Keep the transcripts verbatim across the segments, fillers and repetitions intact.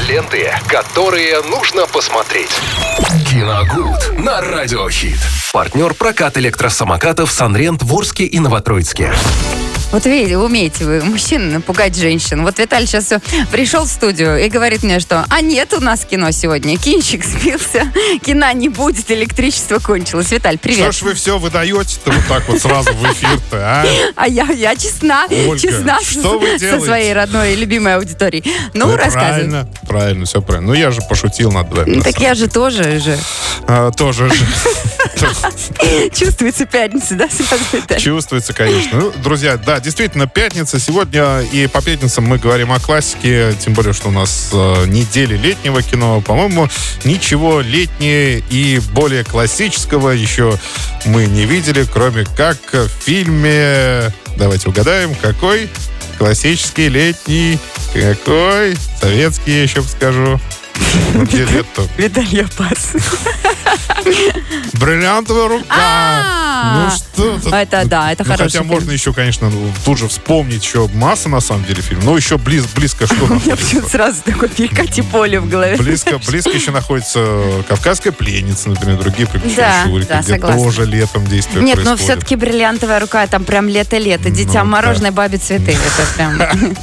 Ленты, которые нужно посмотреть. Киногуд на Радиохит. Партнер прокат электросамокатов «Санрент» в Орске и Новотроицке. Вот видите, умеете вы, мужчин, напугать женщин. Вот Виталий сейчас пришел в студию и говорит мне, что а нет у нас кино сегодня. Кинчик сбился, кино не будет, электричество кончилось. Виталь, привет. Что ж вы все выдаете-то вот так вот сразу в эфир-то, а? А я, я честна, Ольга, честна что вы делаете? Со своей родной и любимой аудиторией. Ну, Да, рассказывай. Правильно, правильно, все правильно. Ну, я же пошутил над вами. Ну, так я же тоже же. А, тоже же. Чувствуется пятница, да, сразу, Виталий? Чувствуется, конечно. Ну, друзья, да, действительно, пятница. Сегодня и по пятницам мы говорим о классике, тем более, что у нас э, неделя летнего кино. По-моему, ничего летнее и более классического еще мы не видели, кроме как в фильме... Давайте угадаем, какой? Классический, летний, какой? Советский, я еще скажу. Где лето? Виталий, я пас. «Бриллиантовая рука». Ну что тут? Это да, это Ну, хороший хотя фильм. можно еще, конечно, ну, тут же вспомнить еще масса, на самом деле, фильм. Но еще близ, близко что У меня находится? почему-то сразу такой перекати поле в голове. Близко, близко еще находится «Кавказская пленница», например, другие приключения Да, Шурика, да, где согласна. тоже летом действие Нет, но происходит. все-таки «Бриллиантовая рука», там прям лето-лето. Дитя Ну, мороженое, бабе цветы. Это прям...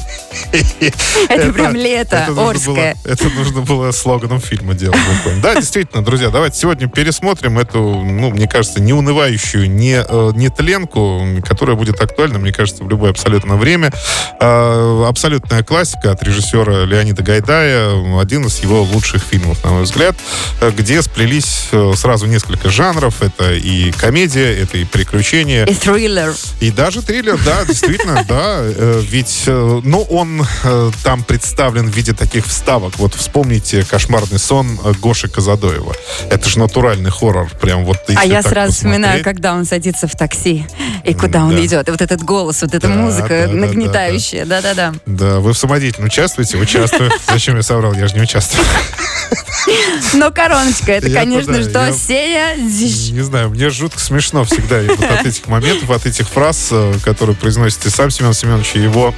Это прям лето, это нужно Орское. было- Это нужно было слоганом фильма делать. буквально. Да, действительно, друзья, давайте сегодня пересмотрим эту, ну, мне кажется, неунывающую, не, э, не тленку, которая будет актуальна, мне кажется, в любое абсолютно время. Э, абсолютная классика от режиссера Леонида Гайдая, один из его лучших фильмов, на мой взгляд, э, где сплелись э, сразу несколько жанров. Это и комедия, это и приключения. И триллер. И даже триллер, да, действительно, да. э, Ведь, э, ну, он э, там представлен в виде таких вставок. Вот вспомните «Кошмарный сон» Гоши Казадоева. Это же натуральный хоррор. Прям вот А если я так сразу вспоминаю, посмотреть. когда он садится в такси и куда он Да. идет. И вот этот голос, вот эта Да, музыка да, да, нагнетающая. Да-да-да. Да, вы в самодеятельном участвуете? Участвую. Зачем я соврал? Я же не участвую. Но короночка, это, Я конечно, туда, что я- Сея... Не знаю, мне жутко смешно всегда и вот от этих моментов, от этих фраз, э, которые произносит и сам Семен Семенович, и его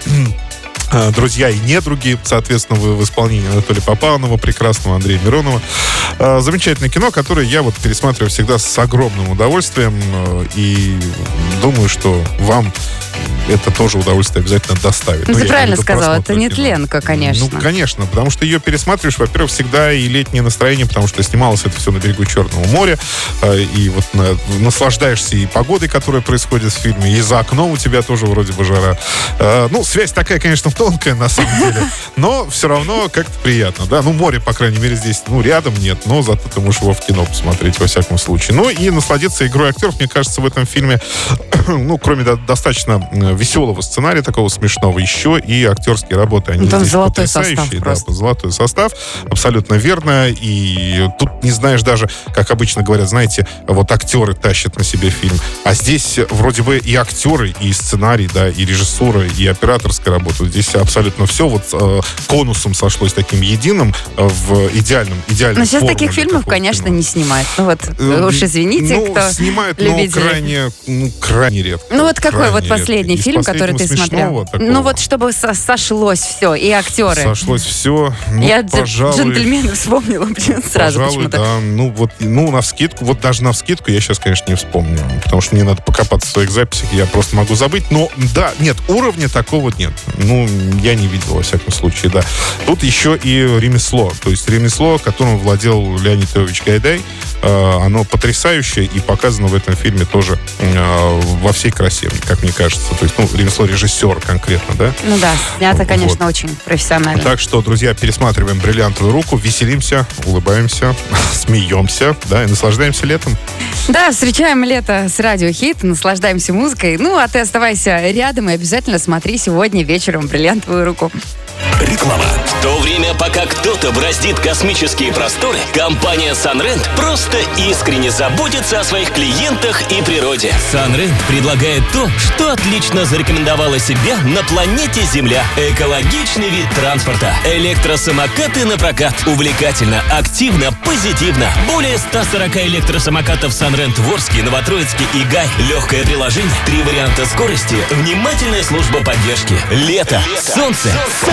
э, друзья и недруги, соответственно, в, в исполнении Анатолия Попанова, прекрасного Андрея Миронова. Э, Замечательное кино, которое я вот пересматриваю всегда с огромным удовольствием, э, и думаю, что вам это тоже удовольствие обязательно доставит. Ну, Ну, ты я правильно имею в виду сказала, просмотр это не кино. тленка, конечно. Ну, конечно, потому что ее пересматриваешь, во-первых, всегда и летнее настроение, потому что снималось это все на берегу Черного моря, э, и вот на- наслаждаешься и погодой, которая происходит в фильме, и за окном у тебя тоже вроде бы жара. Э, ну, связь такая, конечно, тонкая на самом деле, но все равно как-то приятно, да. Ну, море, по крайней мере, здесь, ну, рядом нет, но зато ты можешь его в кино посмотреть, во всяком случае. Ну, и насладиться игрой актеров, мне кажется, в этом фильме, ну, кроме до- достаточно э, веселого сценария, такого смешного, еще и актерские работы. Они Ну, там здесь золотой состав потрясающие, да, просто. золотой состав, абсолютно верно. И тут не знаешь даже, как обычно говорят, знаете, вот актеры тащат на себе фильм. А здесь вроде бы и актеры, и сценарий, да, и режиссура, и операторская работа. Здесь абсолютно все вот э, конусом сошлось таким единым э, в идеальном, идеальном. Но сейчас таких фильмов, конечно, не снимают. Ну вот, Э, уж извините, ну, кто снимают, но любители. крайне, ну, крайне редко. Ну вот какой Крайне вот редко. последний Из фильм, который ты последнего смотрел? смешного такого Ну вот чтобы со- сошлось все, и актеры. сошлось все. Ну, Я дж- пожалуй, джентльменов вспомнила блин, сразу Пожалуй, почему-то. да. Ну, вот, ну, навскидку, вот даже навскидку я сейчас, конечно, не вспомню, потому что мне надо покопаться в своих записях, я просто могу забыть. Но, да, нет, уровня такого нет. Ну, я не видел, во всяком случае, да. Тут еще и ремесло. То есть ремесло, которым владел Леонид Львович Гайдай, э, оно потрясающее и показано в этом фильме тоже э, во всей красе, как мне кажется. То есть, ну, ремесло режиссера конкретно, да. Ну да, снято, конечно, Вот. очень профессионально. Так что, друзья, пересматриваем «Бриллиантовую руку», веселимся, улыбаемся, смеемся, да, и наслаждаемся летом. Да, встречаем лето с Радио Хит, наслаждаемся музыкой. Ну, а ты оставайся рядом и обязательно смотри сегодня вечером «Бриллиантовую руку». Реклама. В то время, пока кто-то бороздит космические просторы, компания «Санрент» просто искренне заботится о своих клиентах и природе. «Санрент» предлагает то, что отлично зарекомендовало себя на планете Земля. Экологичный вид транспорта. Электросамокаты на прокат. Увлекательно, активно, позитивно. Более ста сорока электросамокатов «Санрент» в Орске, Новотроицке и Гай. Легкое приложение, три варианта скорости, внимательная служба поддержки. Лето, солнце, «Санрент».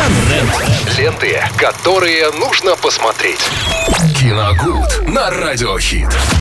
Ленты, которые нужно посмотреть. Киногуд на Радиохит.